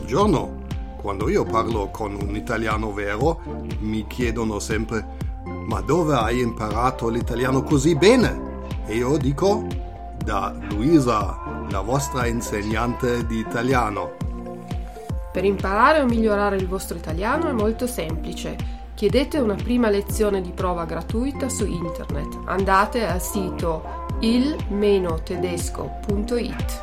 Buongiorno. Quando io parlo con un italiano vero, mi chiedono sempre: ma dove hai imparato l'italiano così bene? E io dico: da Luisa, la vostra insegnante di italiano. Per imparare o migliorare il vostro italiano è molto semplice. Chiedete una prima lezione di prova gratuita su internet. Andate al sito il-tedesco.it.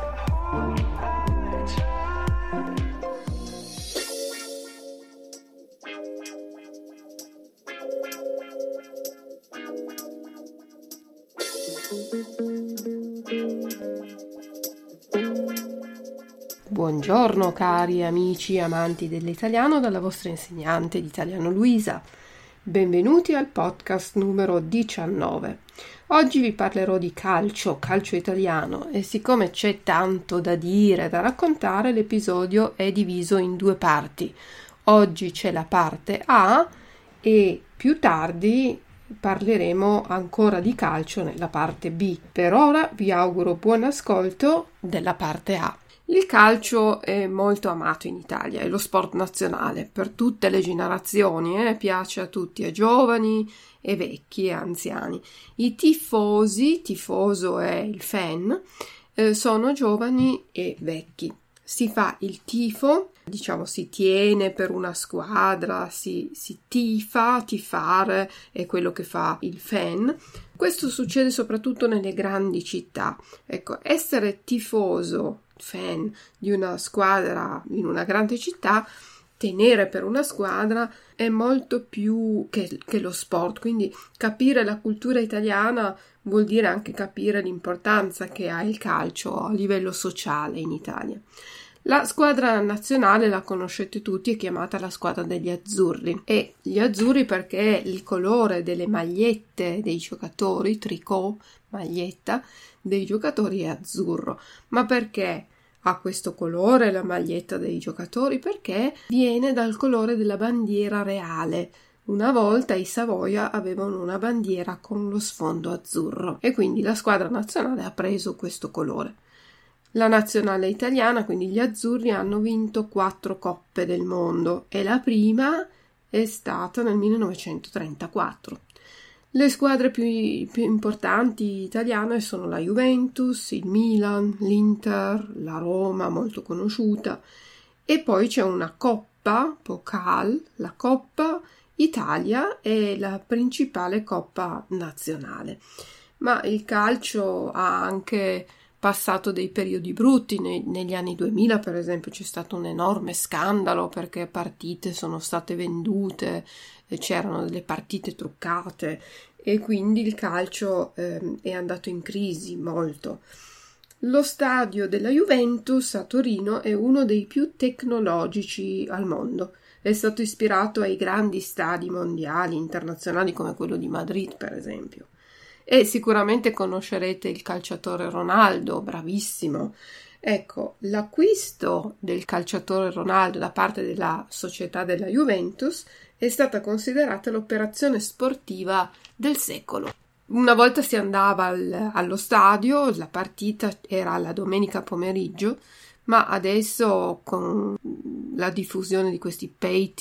Buongiorno cari amici e amanti dell'italiano dalla vostra insegnante di italiano Luisa. Benvenuti al podcast numero 19. Oggi vi parlerò di calcio italiano e siccome c'è tanto da dire, da raccontare, l'episodio è diviso in due parti. Oggi c'è la parte A e più tardi parleremo ancora di calcio nella parte B. Per ora vi auguro buon ascolto della parte A. Il calcio è molto amato in Italia, è lo sport nazionale per tutte le generazioni, piace a tutti, a giovani e vecchi e anziani. I tifoso è il fan, sono giovani e vecchi. Si fa il tifo, si tiene per una squadra, si tifa, tifare è quello che fa il fan. Questo succede soprattutto nelle grandi città. Ecco, essere tifoso, fan di una squadra in una grande città, tenere per una squadra è molto più che lo sport, quindi capire la cultura italiana vuol dire anche capire l'importanza che ha il calcio a livello sociale in Italia. La squadra nazionale la conoscete tutti, è chiamata la squadra degli azzurri, e gli azzurri perché il colore delle magliette dei giocatori, tricot, maglietta dei giocatori è azzurro. Ma perché ha questo colore la maglietta dei giocatori? Perché viene dal colore della bandiera reale. Una volta i Savoia avevano una bandiera con lo sfondo azzurro e quindi la squadra nazionale ha preso questo colore. La nazionale italiana, quindi gli azzurri, hanno vinto 4 coppe del mondo e la prima è stata nel 1934. Le squadre più importanti italiane sono la Juventus, il Milan, l'Inter, la Roma, molto conosciuta, e poi c'è una coppa, Pokal, la Coppa Italia è la principale coppa nazionale. Ma il calcio ha anche passato dei periodi brutti. Negli anni 2000 per esempio c'è stato un enorme scandalo perché partite sono state vendute, c'erano delle partite truccate e quindi il calcio è andato in crisi molto. Lo stadio della Juventus a Torino è uno dei più tecnologici al mondo. È stato ispirato ai grandi stadi mondiali, internazionali come quello di Madrid per esempio. E sicuramente conoscerete il calciatore Ronaldo, bravissimo. Ecco, l'acquisto del calciatore Ronaldo da parte della società della Juventus è stata considerata l'operazione sportiva del secolo. Una volta si andava allo stadio, la partita era la domenica pomeriggio, ma adesso con la diffusione di questi pay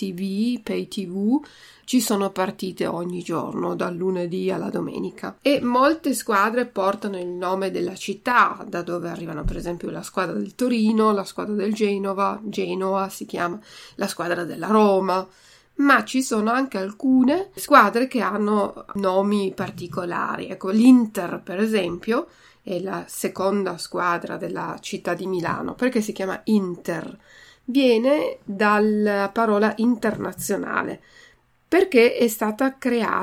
TV, ci sono partite ogni giorno, dal lunedì alla domenica. E molte squadre portano il nome della città, da dove arrivano per esempio la squadra del Torino, la squadra del Genoa si chiama, la squadra della Roma. Ma ci sono anche alcune squadre che hanno nomi particolari. Ecco, l'Inter per esempio è la seconda squadra della città di Milano. Perché si chiama Inter? Viene dalla parola internazionale, perché è stata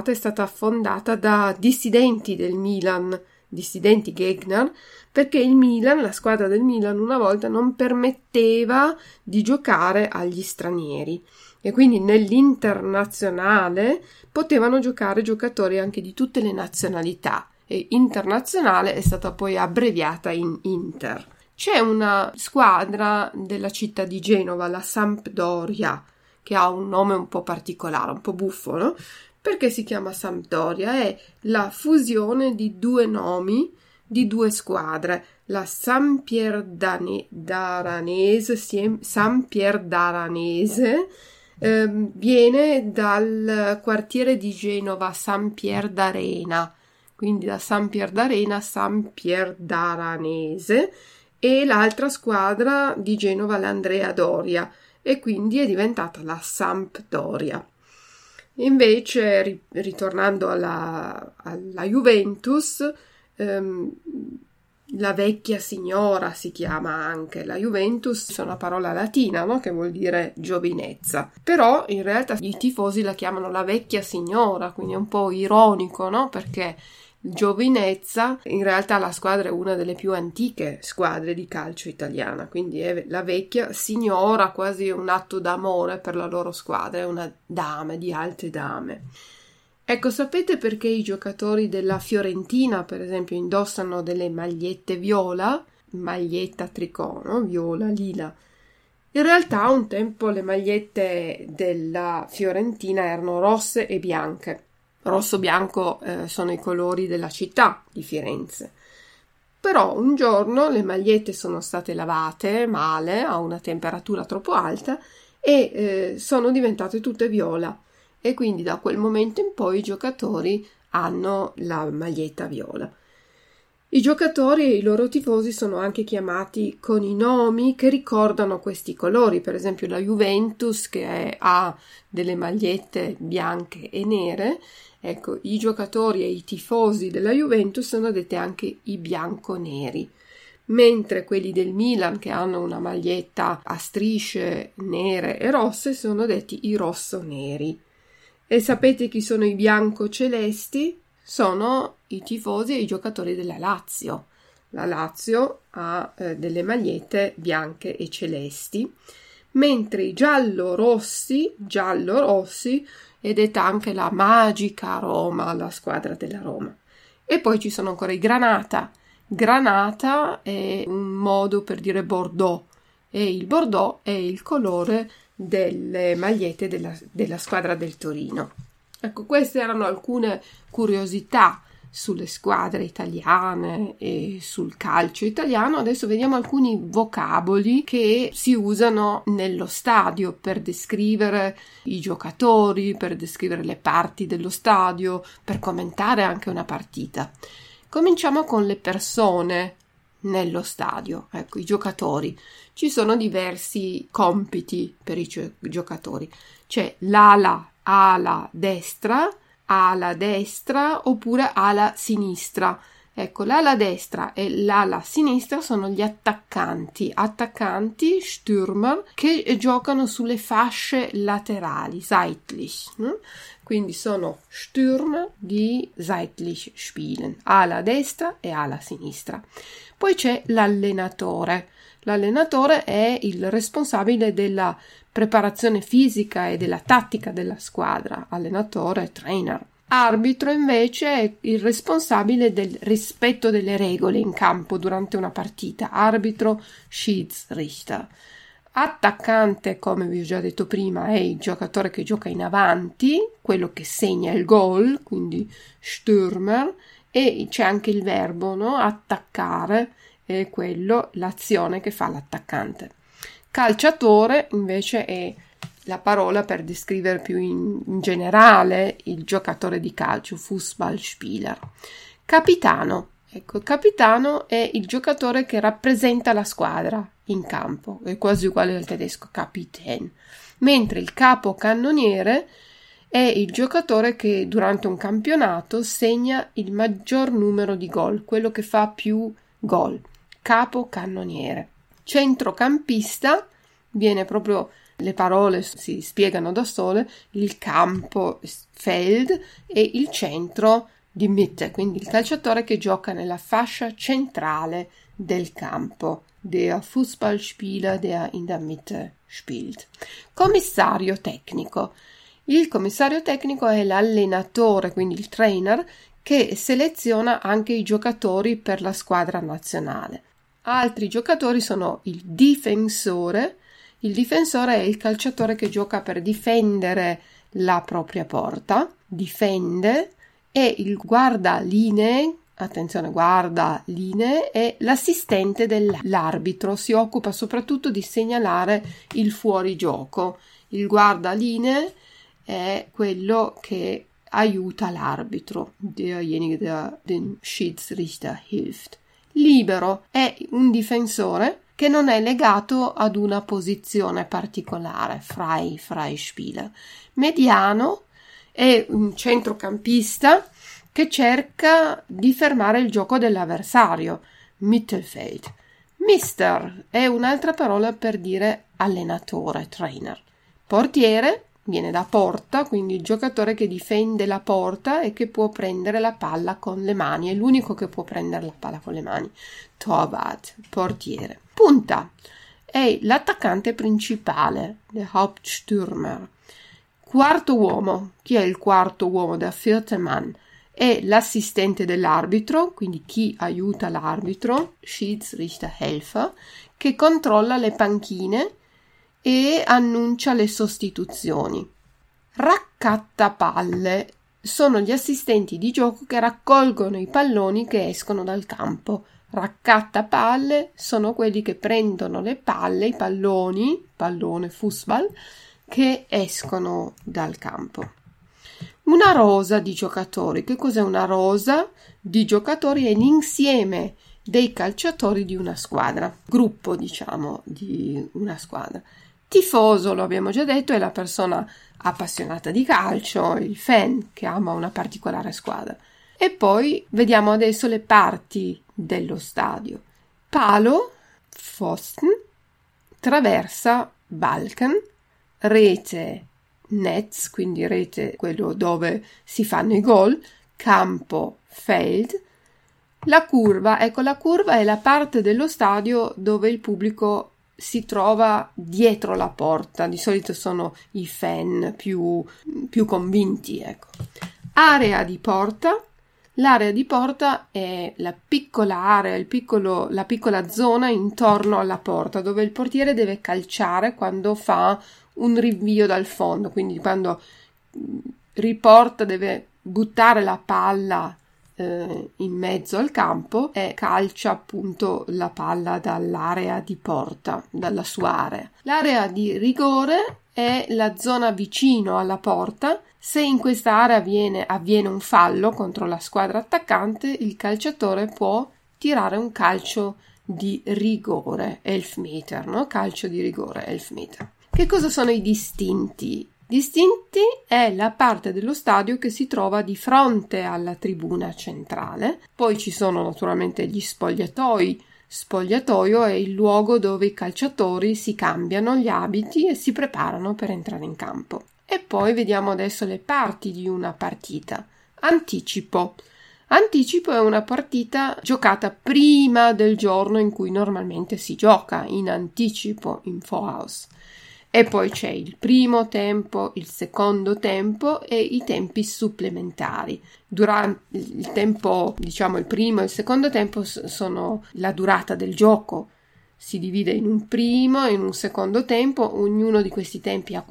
fondata da dissidenti del Milan, dissidenti Gegner, perché il Milan, la squadra del Milan una volta non permetteva di giocare agli stranieri e quindi nell'internazionale potevano giocare giocatori anche di tutte le nazionalità e internazionale è stata poi abbreviata in Inter. C'è una squadra della città di Genova, la Sampdoria, che ha un nome un po' particolare, un po' buffo, no? Perché si chiama Sampdoria? È la fusione di due nomi di due squadre. La Sampierdaranese viene dal quartiere di Genova Sampierdarena, quindi da Sampierdarena Sampierdaranese, e l'altra squadra di Genova l'Andrea Doria, e quindi è diventata la Sampdoria. Invece, ritornando alla Juventus, la vecchia signora si chiama anche. La Juventus è una parola latina, no? Che vuol dire giovinezza, però in realtà i tifosi la chiamano la vecchia signora, quindi è un po' ironico, no? Perché giovinezza, in realtà la squadra è una delle più antiche squadre di calcio italiana, quindi è la vecchia signora, quasi un atto d'amore per la loro squadra, è una dama di alte dame. Ecco, sapete perché i giocatori della Fiorentina, per esempio, indossano delle magliette viola, maglietta tricot, no? Viola, lila. In realtà un tempo le magliette della Fiorentina erano rosse e bianche. Rosso-bianco sono i colori della città di Firenze. Però un giorno le magliette sono state lavate male, a una temperatura troppo alta, e sono diventate tutte viola. E quindi da quel momento in poi i giocatori hanno la maglietta viola. I giocatori e i loro tifosi sono anche chiamati con i nomi che ricordano questi colori, per esempio la Juventus che ha delle magliette bianche e nere, ecco, i giocatori e i tifosi della Juventus sono detti anche i bianconeri, mentre quelli del Milan che hanno una maglietta a strisce nere e rosse sono detti i rossoneri. E sapete chi sono i biancocelesti? Sono i tifosi e i giocatori della Lazio. La Lazio ha delle magliette bianche e celesti, mentre i giallo-rossi è detta anche la magica Roma, la squadra della Roma. E poi ci sono ancora i Granata. Granata è un modo per dire Bordeaux, e il Bordeaux è il colore delle magliette della squadra del Torino. Ecco, queste erano alcune curiosità sulle squadre italiane e sul calcio italiano. Adesso vediamo alcuni vocaboli che si usano nello stadio per descrivere i giocatori, per descrivere le parti dello stadio, per commentare anche una partita. Cominciamo con le persone nello stadio, ecco, i giocatori. Ci sono diversi compiti per i giocatori. C'è ala destra oppure ala sinistra. Ecco, l'ala destra e l'ala sinistra sono gli attaccanti, Stürmer, che giocano sulle fasce laterali, seitlich. Quindi sono Stürmer die seitlich spielen, ala destra e ala sinistra. Poi c'è l'allenatore. L'allenatore è il responsabile della preparazione fisica e della tattica della squadra, allenatore, trainer. Arbitro invece è il responsabile del rispetto delle regole in campo durante una partita, arbitro, Schiedsrichter. Attaccante, come vi ho già detto prima, è il giocatore che gioca in avanti, quello che segna il gol, quindi Stürmer, e c'è anche il verbo, no? Attaccare, è quello, l'azione che fa l'attaccante. Calciatore invece è la parola per descrivere più in generale il giocatore di calcio, Fußballspieler. Capitano. Ecco, il capitano è il giocatore che rappresenta la squadra in campo, è quasi uguale al tedesco, Kapitän. Mentre il capocannoniere è il giocatore che durante un campionato segna il maggior numero di gol, quello che fa più gol, capocannoniere. Centrocampista viene proprio, le parole si spiegano da sole, il campo, Feld, e il centro di Mitte, quindi il calciatore che gioca nella fascia centrale del campo, der Fußballspieler, der in der Mitte spielt. Commissario tecnico. Il commissario tecnico è l'allenatore, quindi il trainer, che seleziona anche i giocatori per la squadra nazionale. Altri giocatori sono il difensore. Il difensore è il calciatore che gioca per difendere la propria porta, difende, e il guardalinee, attenzione, guardalinee è l'assistente dell'arbitro, si occupa soprattutto di segnalare il fuorigioco. Il guardalinee è quello che aiuta l'arbitro, derjenige der den Schiedsrichter hilft. Libero è un difensore che non è legato ad una posizione particolare, Freispieler. Mediano è un centrocampista che cerca di fermare il gioco dell'avversario, Mittelfeld. Mister è un'altra parola per dire allenatore, trainer. Portiere viene da porta, quindi il giocatore che difende la porta e che può prendere la palla con le mani, è l'unico che può prendere la palla con le mani. Torwart, portiere. Punta è l'attaccante principale, der Hauptstürmer. Quarto uomo, chi è il quarto uomo? Der vierte Mann. È l'assistente dell'arbitro, quindi chi aiuta l'arbitro, Schiedsrichterhelfer, che controlla le panchine e annuncia le sostituzioni. Raccattapalle sono gli assistenti di gioco che raccolgono i palloni che escono dal campo. Raccattapalle sono quelli che prendono le palle, i pallone Fußball, che escono dal campo. Una rosa di giocatori. Che cos'è una rosa di giocatori? È l'insieme dei calciatori di una squadra, gruppo diciamo di una squadra. Tifoso, lo abbiamo già detto, è la persona appassionata di calcio, il fan che ama una particolare squadra. E poi vediamo adesso le parti dello stadio. Palo, Pfosten, traversa, Balken, rete, Netz, quindi rete, quello dove si fanno i gol, campo, Feld. La curva, ecco, la curva è la parte dello stadio dove il pubblico si trova dietro la porta, di solito sono i fan più convinti, ecco. Area di porta. L'area di porta è la piccola area, la piccola zona intorno alla porta dove il portiere deve calciare quando fa un rinvio dal fondo, quindi quando riporta deve buttare la palla in mezzo al campo e calcia appunto la palla dall'area di porta, dalla sua area. L'area di rigore è la zona vicino alla porta. Se in questa area avviene un fallo contro la squadra attaccante, il calciatore può tirare un calcio di rigore, Elfmeter, no? Calcio di rigore, Elfmeter. Che cosa sono i distinti? Distinti è la parte dello stadio che si trova di fronte alla tribuna centrale. Poi ci sono naturalmente gli spogliatoi. Spogliatoio è il luogo dove i calciatori si cambiano gli abiti e si preparano per entrare in campo. E poi vediamo adesso le parti di una partita. Anticipo. Anticipo è una partita giocata prima del giorno in cui normalmente si gioca, in anticipo, in Voraus. E poi c'è il primo tempo, il secondo tempo e i tempi supplementari. Durante il tempo, diciamo il primo e il secondo tempo sono la durata del gioco. Si divide in un primo e in un secondo tempo, ognuno di questi tempi ha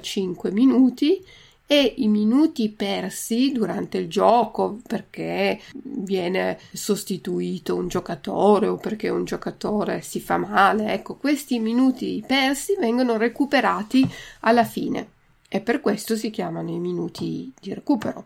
45 minuti e i minuti persi durante il gioco perché viene sostituito un giocatore o perché un giocatore si fa male, ecco, questi minuti persi vengono recuperati alla fine e per questo si chiamano i minuti di recupero.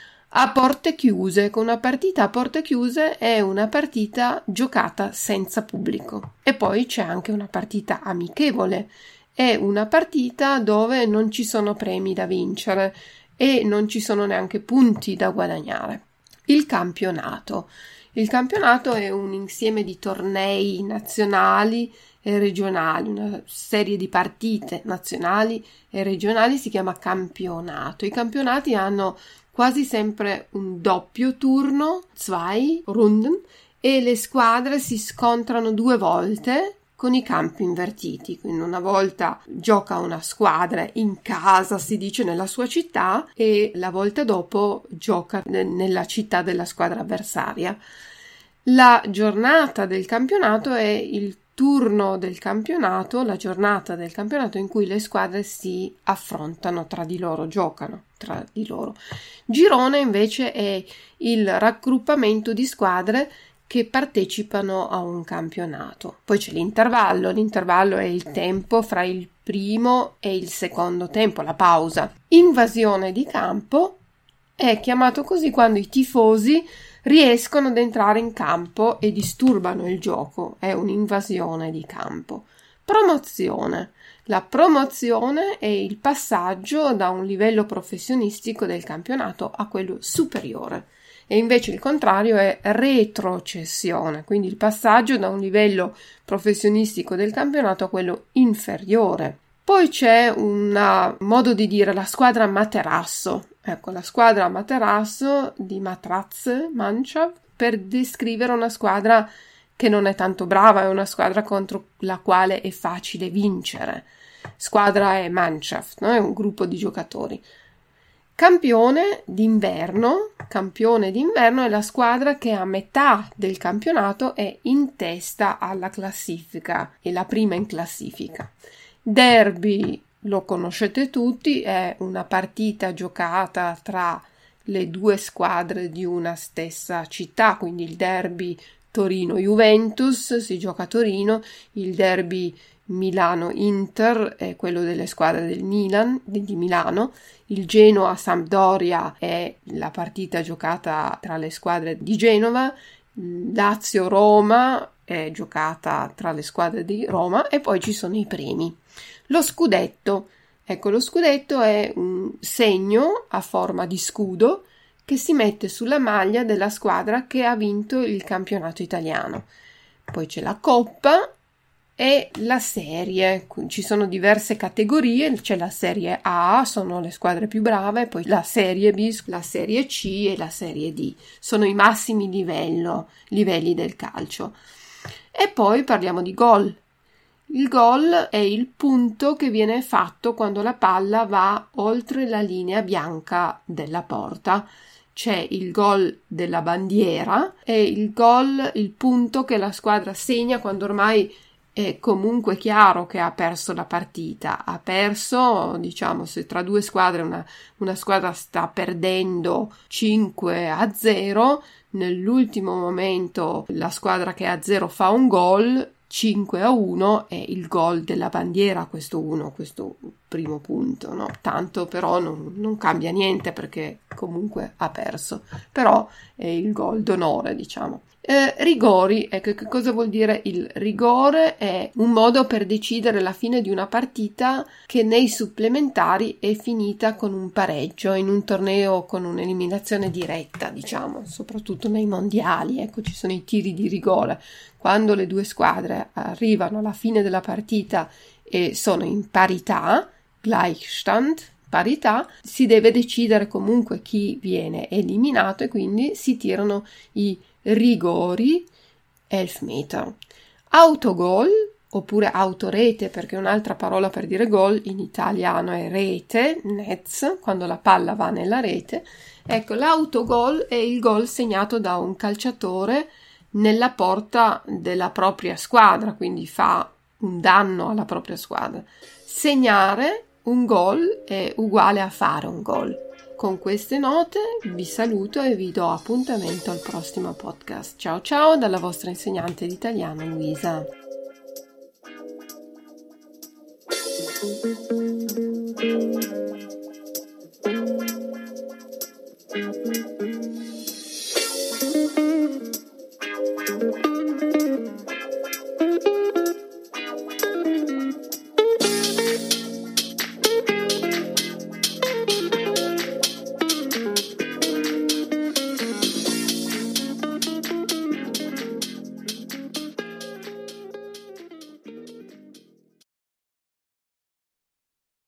A porte chiuse, con una partita a porte chiuse è una partita giocata senza pubblico e poi c'è anche una partita amichevole. È una partita dove non ci sono premi da vincere e non ci sono neanche punti da guadagnare. Il campionato. Il campionato è un insieme di tornei nazionali e regionali, una serie di partite nazionali e regionali si chiama campionato. I campionati hanno quasi sempre un doppio turno, 2 Runden, e le squadre si scontrano 2 volte con i campi invertiti, quindi una volta gioca una squadra in casa, si dice nella sua città, e la volta dopo gioca nella città della squadra avversaria. La giornata del campionato è il turno del campionato, la giornata del campionato in cui le squadre si affrontano tra di loro, giocano tra di loro. Girone invece è il raggruppamento di squadre che partecipano a un campionato. Poi c'è l'intervallo è il tempo fra il primo e il secondo tempo, la pausa. Invasione di campo è chiamato così quando i tifosi riescono ad entrare in campo e disturbano il gioco, è un'invasione di campo. Promozione. La promozione è il passaggio da un livello professionistico del campionato a quello superiore. E invece il contrario è retrocessione, quindi il passaggio da un livello professionistico del campionato a quello inferiore. Poi c'è un modo di dire la squadra materasso. Ecco, la squadra materasso di Matratze, Mannschaft, per descrivere una squadra che non è tanto brava, è una squadra contro la quale è facile vincere. Squadra è Mannschaft, no? È un gruppo di giocatori. Campione d'inverno è la squadra che a metà del campionato è in testa alla classifica, è la prima in classifica. Derby, lo conoscete tutti, è una partita giocata tra le due squadre di una stessa città, quindi il derby Torino-Juventus si gioca a Torino, il derby Milano-Inter è quello delle squadre del Milan, di Milano, il Genoa-Sampdoria è la partita giocata tra le squadre di Genova, Lazio-Roma è giocata tra le squadre di Roma e poi ci sono i premi. Lo scudetto, ecco, lo scudetto è un segno a forma di scudo che si mette sulla maglia della squadra che ha vinto il campionato italiano. Poi c'è la coppa e la serie, ci sono diverse categorie, c'è la serie A, sono le squadre più brave, poi la serie B, la serie C e la serie D, sono i massimi livelli del calcio. E poi parliamo di gol. Il gol è il punto che viene fatto quando la palla va oltre la linea bianca della porta. C'è il gol della bandiera e il gol, il punto che la squadra segna quando ormai è comunque chiaro che ha perso la partita. Ha perso, diciamo, se tra due squadre una squadra sta perdendo 5-0, nell'ultimo momento la squadra che è a 0 fa un gol, 5-1 è il gol della bandiera, questo primo punto, no? Tanto però non cambia niente perché comunque ha perso, però è il gol d'onore, diciamo. Rigori, ecco, che cosa vuol dire il rigore? È un modo per decidere la fine di una partita che nei supplementari è finita con un pareggio, in un torneo con un'eliminazione diretta, diciamo, soprattutto nei mondiali, ecco, ci sono i tiri di rigore. Quando le due squadre arrivano alla fine della partita e sono in parità, Gleichstand, parità, si deve decidere comunque chi viene eliminato e quindi si tirano i rigori, Elfmeter. Autogol oppure autorete, perché un'altra parola per dire gol in italiano è rete, Netz, quando la palla va nella rete. Ecco, l'autogol è il gol segnato da un calciatore nella porta della propria squadra, quindi fa un danno alla propria squadra. Segnare un gol è uguale a fare un gol. Con queste note vi saluto e vi do appuntamento al prossimo podcast. Ciao ciao dalla vostra insegnante di italiano Luisa.